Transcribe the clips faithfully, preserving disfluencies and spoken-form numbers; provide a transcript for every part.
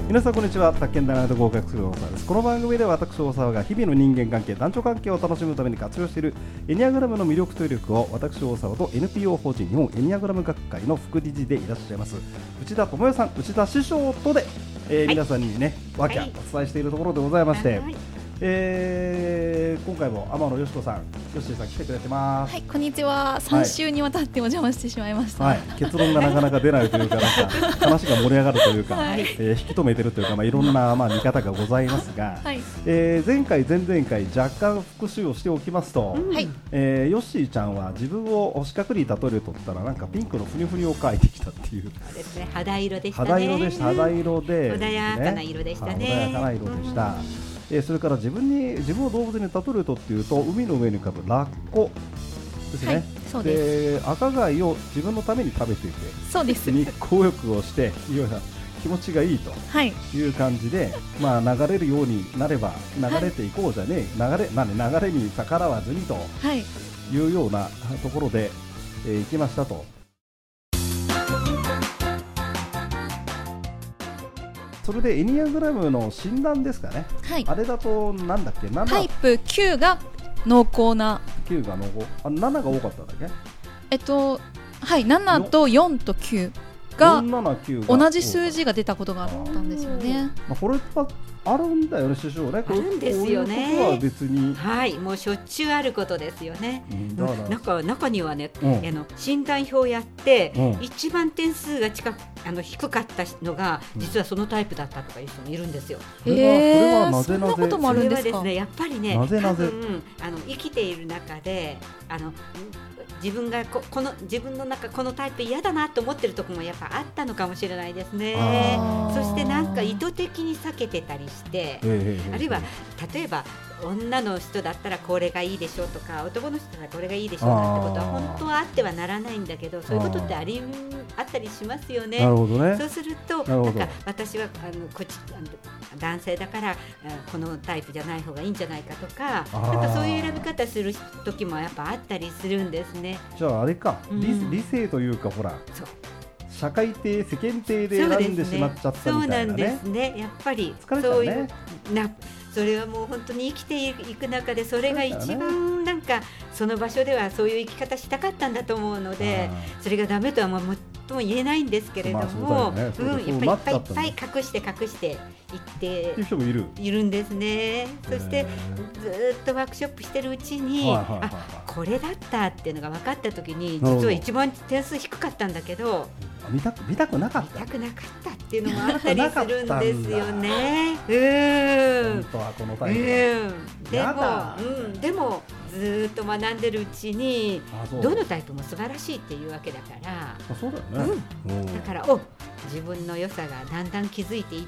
皆さんこんにちは。宅建ダイナマイト合格する大沢です。この番組では私大沢が日々の人間関係、男女関係を楽しむために活用しているエニアグラムの魅力と威力を私大沢と エヌピーオー 法人日本エニアグラム学会の副理事でいらっしゃいます内田智代さん、内田師匠とで、えーはい、皆さんにねわけお伝えしているところでございまして、はい、えー、今回も天野よしこさん、よっしーさん来てくれてます。 はい、こんにちは。さん週にわたってお邪魔してしまいました、 はい、結論がなかなか出ないというか、なんか話が盛り上がるというか、はい、えー、引き止めてるというか、まあ、いろんな、まあ、見方がございますが、はい、えー、前回前々回若干復習をしておきますと、はい、えー、よっしーちゃんは自分を四角に例えるとったらなんかピンクのふにゅふにゅを描いてきたっていう。 そうですね、肌色でしたね。 肌色でした。肌色で、 穏やかな色でしたね。 穏やかな色でした、うん、えー、それから自分に自分を動物に例えるとっていうと、海の上に浮かぶラッコですね、はい、そうです。で、赤貝を自分のために食べていて、 そうです。 日光浴をしていよいよ気持ちがいいという感じで、はい、まあ、流れるようになれば流れていこうじゃねえ、はい、流れ、まあね、流れに逆らわずにというようなところで、えー、行きましたと。それでエニアグラムの診断ですかね、はい、あれだとなんだっけ、 タイプきゅうが濃厚な、 きゅうが濃厚、あ、ななが多かったんだっけ。 えっとはいななとよんときゅうが同じ数字が出たことがあったんですよね。 まあ、これはあるんだよね、師匠ね。 あるんですよね。 こういうことは別に、 はい、もうしょっちゅうあることですよね。うん、だからなんか中にはね、うん、あの診断票やって、うん、一番点数が近くあの低かったのが実はそのタイプだったとかいう人もいるんですよ。 うん、それはなぜなぜ、 そんなこともあるんですか。 それはですね、やっぱりね、 なぜなぜ、 多分あの生きている中であの自分が こ, この自分の中このタイプ嫌だなと思ってるところもやっぱあったのかもしれないですね。そしてなんか意図的に避けてたりして、あるいは例えば女の人だったらこれがいいでしょうとか、男の人だったらこれがいいでしょうなんてことは本当はあってはならないんだけど、そういうことってありあったりしますよね。 なるほどね。 そうするとなんか私はあのこっちあの男性だからこのタイプじゃない方がいいんじゃないかとか、なんかそういう選び方する時もやっぱあったりするんですね。 じゃああれか、うん、理, 理性というか、ほら、そう、社会体世間体で選んでしまっちゃったみたいなね。そうなんですね。 やっぱり疲れちゃうね。そういうなそれはもう本当に生きていく中でそれが一番なんかその場所ではそういう生き方したかったんだと思うので、それがダメとはもっとも言えないんですけれども、やっぱりいっぱいいっぱい隠して隠していっている人もいるいるんですね。そしてずっとワークショップしてるうちに、あ、これだったっていうのが分かった時に、実は一番点数低かったんだけど見たく、見たくなかった、 見たくなかったっていうのもあったりするんですよね。うん、 本当はこのタイプは、 うん、でも、うん、でもずっと学んでるうちにどのタイプも素晴らしいっていうわけだから、 あ、そうだよね、 うん、だからお自分の良さがだんだん気づいていって、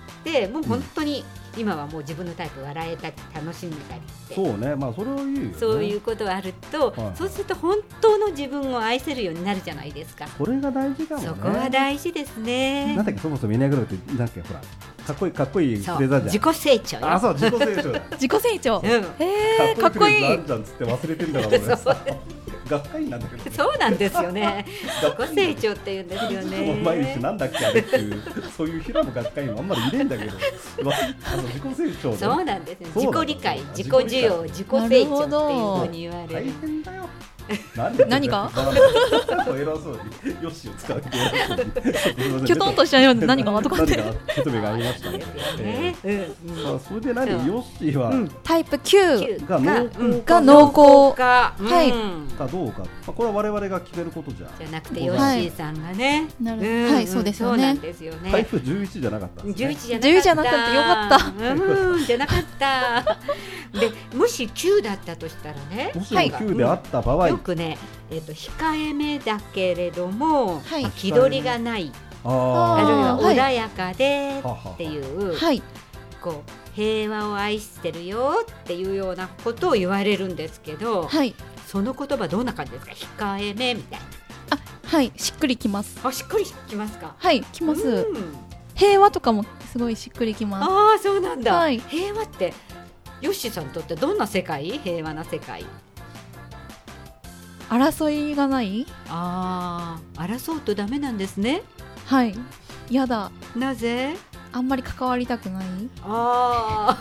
もう本当に今はもう自分のタイプ笑えたり楽しんでたりって、 そうね、まあそれはいいよね。 そういうことがあると、はい、そうすると本当の自分を愛せるようになるじゃないですか。 これが大事かもね。 そこは大事ですね。 なんだっけ、そもそもエニアグラムってなんだっけ、ほらかっこいいかっこいいフレーズあるじゃん。 自己成長よ。 あ、そう、自己成長だ自己成長、 うん、 へー、かっこいい。 かっこいいフレーズあるじゃんつって忘れてんだから俺さ学会員なんだけど。 そうなんですよね。自己成長って言うんですよね。 毎日なんだっけあれっていうそういう平野学会員もあんまりいねえんだけどあの自己成長、ね、 そうなんですね。自己理解、自己需要、自己成長っていうふうに言われる。 大変だよ。 何が偉そうにヨッシーを使うきょとんとしちゃうように何がとかって何か説明がありましたね。えーうん、さあそれで何ヨッシーは、うん、 タイプきゅうが濃厚か濃厚か、 うん、はいかどうか、まあ、これは我々が決めることじゃじゃなくてヨッシーさんがね、 はい、うん、はい、そうですよね。 タイプじゅういちじゃなかったんですね。 じゅういちじゃなかった。 じゅういちじゃなくてよかった。 うんじゃなかったでもしきゅうだったとしたらね、 もしもきゅうであった場合、 よくね、えー、と控えめだけれども、はい、気取りがない、あ, あるいは穏やかでっていう、はい、こう平和を愛してるよっていうようなことを言われるんですけど、はい、その言葉どんな感じですか？控えめみたいな。 あ、はい、しっくりきます。 あ、しっくりきますか？ はい、きます、うん、平和とかもすごいしっくりきます。 ああ、そうなんだ、はい、平和ってヨッシーさんにとってどんな世界？平和な世界？ 争いがない？ ああ、争うとダメなんですね。 はい、やだ。 なぜ？ あんまり関わりたくない。 あ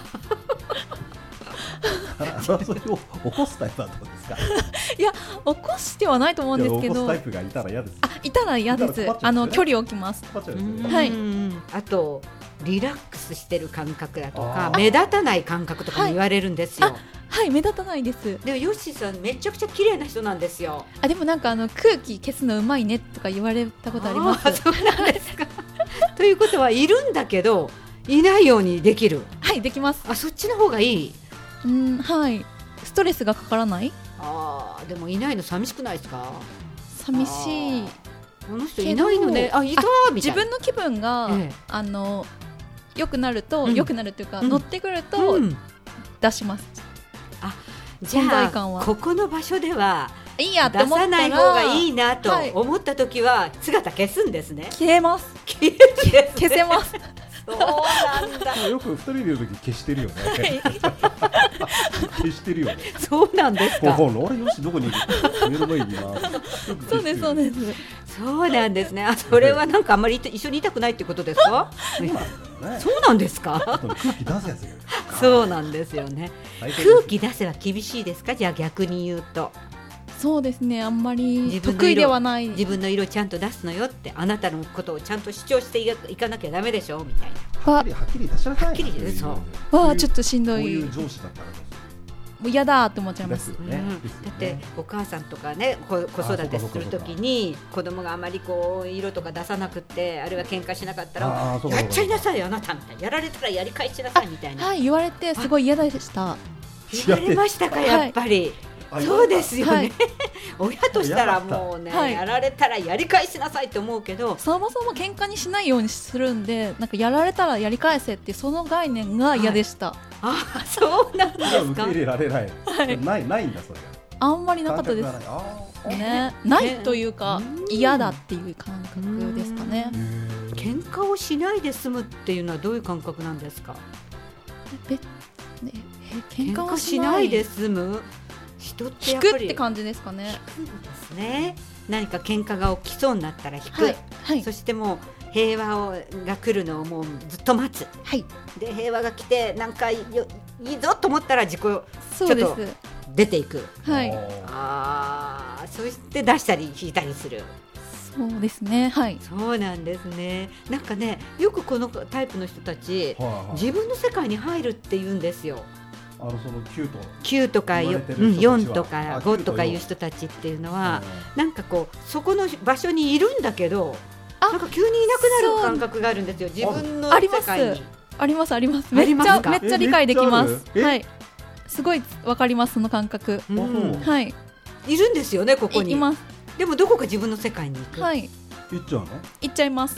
争いを起こすタイプはどうですか。 いや起こしてはないと思うんですけど、 起こすタイプがいたら嫌です。 あいたら嫌です。あの距離を置きます。 はい。あとリラックスしてる感覚だとか目立たない感覚とかも言われるんですよ。 はい、はい、目立たないです。 でもヨッシーさんめちゃくちゃ綺麗な人なんですよ。 あでもなんかあの空気消すのうまいねとか言われたことあります。 あそうなんですか。ということはいるんだけどいないようにできる。 はいできます。 あそっちの方がいい。 うんはいストレスがかからない。 あでもいないの寂しくないですか。 寂しい。 この人いないのね。あいたみたいな。 自分の気分が、ええ、あの良くなると、うん、良くなるっていうか、うん、乗ってくると、うん、出します。 あじゃあ存在感はここの場所ではいいや出さない方がいいなと思った時は姿消すんですね。 消えます。 消えるんですね。 消せます。 そうなんだ。 よく二人でいる時消してるよね。消してるよね。 そうなんですか。 あれよしどこにいる。目の前にいます。 そうですそうです。 そうなんですね。あそれはなんかあんまり一緒にいたくないってことですか。そうなんですか。 空気出すやつよ。 そうなんですよね。空気出せは厳しいですか。じゃあ逆に言うと。 そうですねあんまり得意ではない。 自分の色ちゃんと出すのよってあなたのことをちゃんと主張していかなきゃダメでしょみたいな。 はっきりはっきり出しなさい。 はっきりでそうわあちょっとしんどい。 こういう上司だったらどうする。 もう嫌だって思っちゃいます。 うん、だってお母さんとかね子育てするときに子供があまりこう色とか出さなくってあるいは喧嘩しなかったらやっちゃいなさいよあなたみたいなやられたらやり返しなさいみたいな。 はい言われてすごい嫌でした。 言われましたかやっぱり。はい、そうですよね、はい、親としたらもうね、はい、やられたらやり返しなさいと思うけどそもそも喧嘩にしないようにするんでなんかやられたらやり返せってその概念が嫌でした。はい、 あそうなんですか。 受け入れられない、はい、ないないんだそれがあんまりなかったですね。ないというか嫌だっていう感覚ですかね。 喧嘩をしないで済むっていうのはどういう感覚なんですか。 べ、ね、え喧嘩をしないで済む人ってやっぱり引くって感じですかね。 引くんですね。何か喧嘩が起きそうになったら引く、はいはい、そしてもう平和をが来るのをもうずっと待つ、 はい、 で平和が来てなんかいいぞと思ったら自己ちょっと出ていく、 はい、 あそして出したり引いたりする。 そうですね、はい、 そうなんですね。なんかねよくこのタイプの人たち、はいはい、自分の世界に入るって言うんですよ。 あのそのきゅうときゅうとかよんとかごとかいう人たちっていうのはなんかこうそこの場所にいるんだけどなんか急にいなくなる感覚があるんですよ。自分の世界にありますありますめっちゃめっちゃ理解できます。はいすごいわかりますその感覚、うん、はいいるんですよねここに。 います。 でもどこか自分の世界に行く。 はい行っちゃうの。 行っちゃいます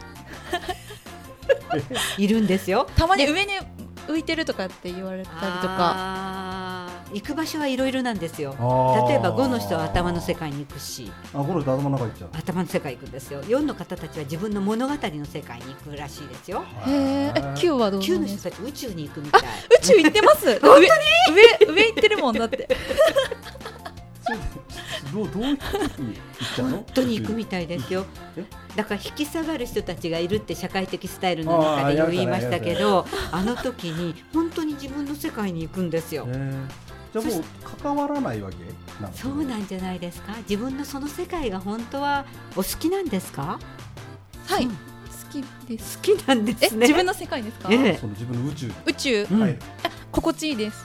いるんですよ。 たまに上に浮いてるとかって言われたりとか行く場所はいろいろなんですよ。例えばごの人は頭の世界に行くしあごの人頭の中行っちゃう。 頭の世界行くんですよ。よんの方たちは自分の物語の世界に行くらしいですよ。 へえきゅうはどうなんですか。 きゅうの人たち宇宙に行くみたい。 宇宙行ってます本当に上上行ってるもんだってどうどういう時に行っちゃうの。 本当に行くみたいですよ。だから引き下がる人たちがいるって社会的スタイルの中で言いましたけど あ, あの時に本当に自分の世界に行くんですよ。 じゃあもう関わらないわけなんですか。 そうなんじゃないですか。自分のその世界が本当はお好きなんですか。 はい、 うん、 好きです。 好きなんですね。 え自分の世界ですか。 ええ、 その自分の宇宙宇宙、 うんはい、 心地いいです。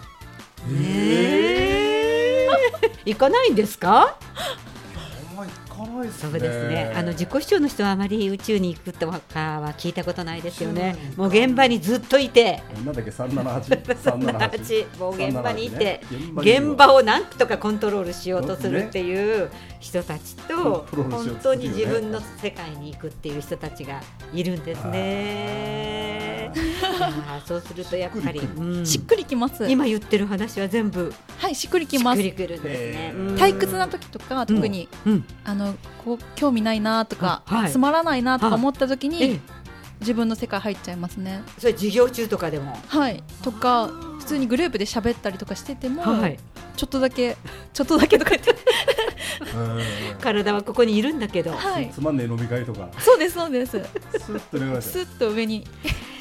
えー、行かないんですか。 行かないですね。 そうですね。あの自己主張の人はあまり宇宙に行くとかは聞いたことないですよね。もう現場にずっといてなんだっけさんななはちさんななはちもう現場にいて現場をなんとかコントロールしようとするっていう人たちと本当に自分の世界に行くっていう人たちがいるんですね。あそうするとやっぱりうん、しっくりきます。 今言ってる話は全部はいしっくりきます。 しっくりくるんですね。 退屈な時とか特に、うんうん、あのこう興味ないなとか、はい、つまらないなとか思った時に、はい、自分の世界入っちゃいますね。 それ授業中とかでもはいとか普通にグループで喋ったりとかしてても、 はい、 ちょっとだけちょっとだけとか言って体はここにいるんだけど、 はい、 つまんねえ飲み会とかそうですそうですスッとスッと上に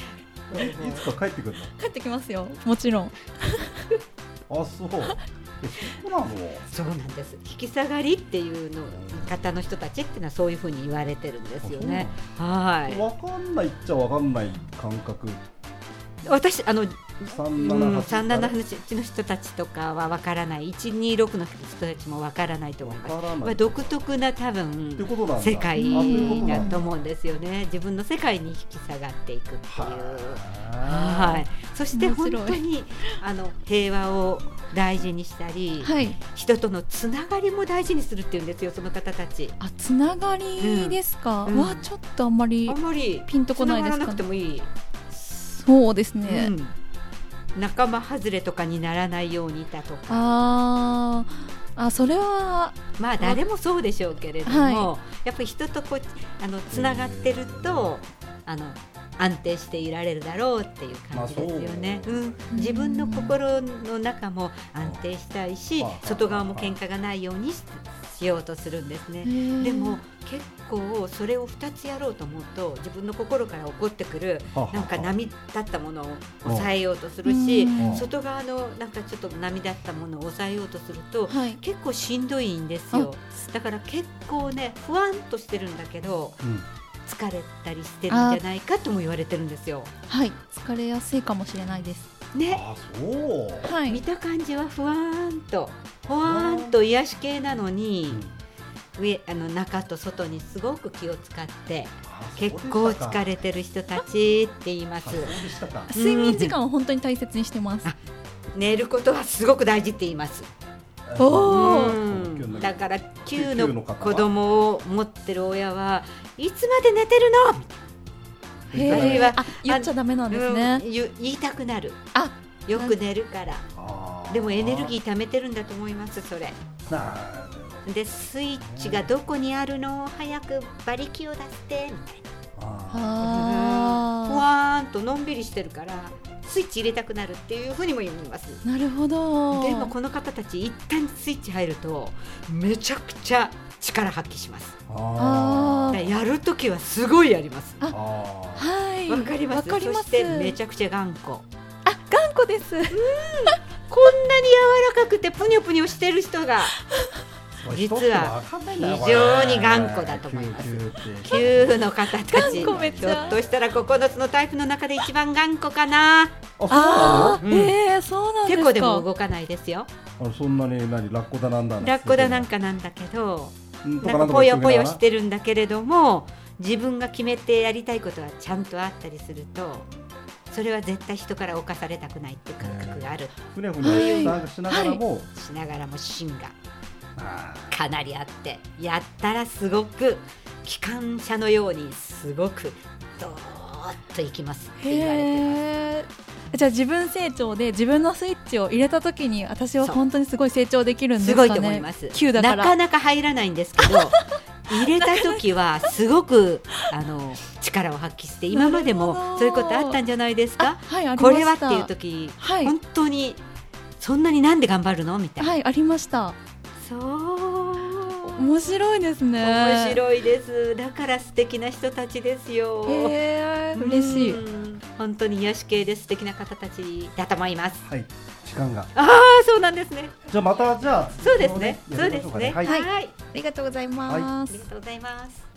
いつか帰ってくるの？ 帰ってきますよ、もちろん。 あ、そう。え、そうなの？ そうなんです。引き下がりっていうの方の人たちっていうのはそういうふうに言われてるんですよね。はい。 わかんないっちゃわかんない感覚。 私あのさんななはち、 さんななはちの人たちとかはわからない、いちにろくの人たちもわからないと思います。まあ、独特な多分世界だと思うんですよね。自分の世界に引き下がっていくっていう。はい。そして本当にあの平和を大事にしたり、はい、人とのつながりも大事にするっていうんですよ、その方たち。 あ、つながりですか。うん、はちょっとあんまりピンとこないですかね。つながらなくてもいい。そうですね、うん、 仲間外れとかにならないようにだとか。 ああ、それはまあ誰もそうでしょうけれども、はい、やっぱり人とこうあのつながってるとあの安定していられるだろうっていう感じですよね。うん、自分の心の中も安定したいし、外側も喧嘩がないように し, しようとするんですね。でも結構それをふたつやろうと思うと自分の心から起こってくるなんか波立ったものを抑えようとするし、外側のなんかちょっと波立ったものを抑えようとすると、はい、結構しんどいんですよ。だから結構ね不安としてるんだけど、うん、疲れたりしてるんじゃないかとも言われてるんですよ。 はい、疲れやすいかもしれないですね。 あ、そう、 はい、見た感じは不安とほわーんと癒し系なのに、うん、上あの中と外にすごく気を使って結構疲れてる人たちって言います。 睡眠時間を本当に大切にしてます。 寝ることはすごく大事って言います。 おー、 うん、だからきゅうの子供を持ってる親はいつまで寝てるの？ へー、あ、言っちゃダメなんですね。 うん、言, 言いたくなる。あ、よく寝るから。でもエネルギー貯めてるんだと思います。それでスイッチがどこにあるの？早く馬力を出してみたいな。あ、ふわーんとのんびりしてるからスイッチ入れたくなるっていうふうにも言います。 なるほど。 でもこの方たち一旦スイッチ入るとめちゃくちゃ力発揮します。あ、やるときはすごいやります。あ、はい、わかります。そしてめちゃくちゃ頑固。 あ、頑固です。うん、 こんなに柔らかくてぷにょぷにょしてる人が実は非常に頑固だと思います。きゅうの方たちひょっとしたらここのつのタイプの中で一番頑固かな。 あ、うん、えー、そうなんですか。 結構でも動かないですよ。 あ、そんなに何ラッコだなんだラッコだなんかなんだけど、なんかぽよぽよしてるんだけれども自分が決めてやりたいことはちゃんとあったりするとそれは絶対人から侵されたくないっていう感覚がある。 ふにゃふにゃしながらも、はい、 しながらも芯がかなりあってやったらすごく機関車のようにすごくドーッといきますって言われてます。 じゃあ自分成長で自分のスイッチを入れたときに私は本当にすごい成長できるんですかね。 すごいと思います。 きゅうだからなかなか入らないんですけど入れたときはすごくあの力を発揮して今までもそういうことあったんじゃないですか。 はい、ありました。 これはっていうとき、はい、本当にそんなになんで頑張るのみたいな。 はい、ありました。 そう、 面白いですね。 面白いです。だから素敵な人たちですよ。 へー、嬉しい。 本当に癒し系で素敵な方たちだと思います。 はい、時間が。 ああ、そうなんですね。 じゃあまたじゃあそうですね。そうですね。 はい、はい、ありがとうございます。 はい、ありがとうございます。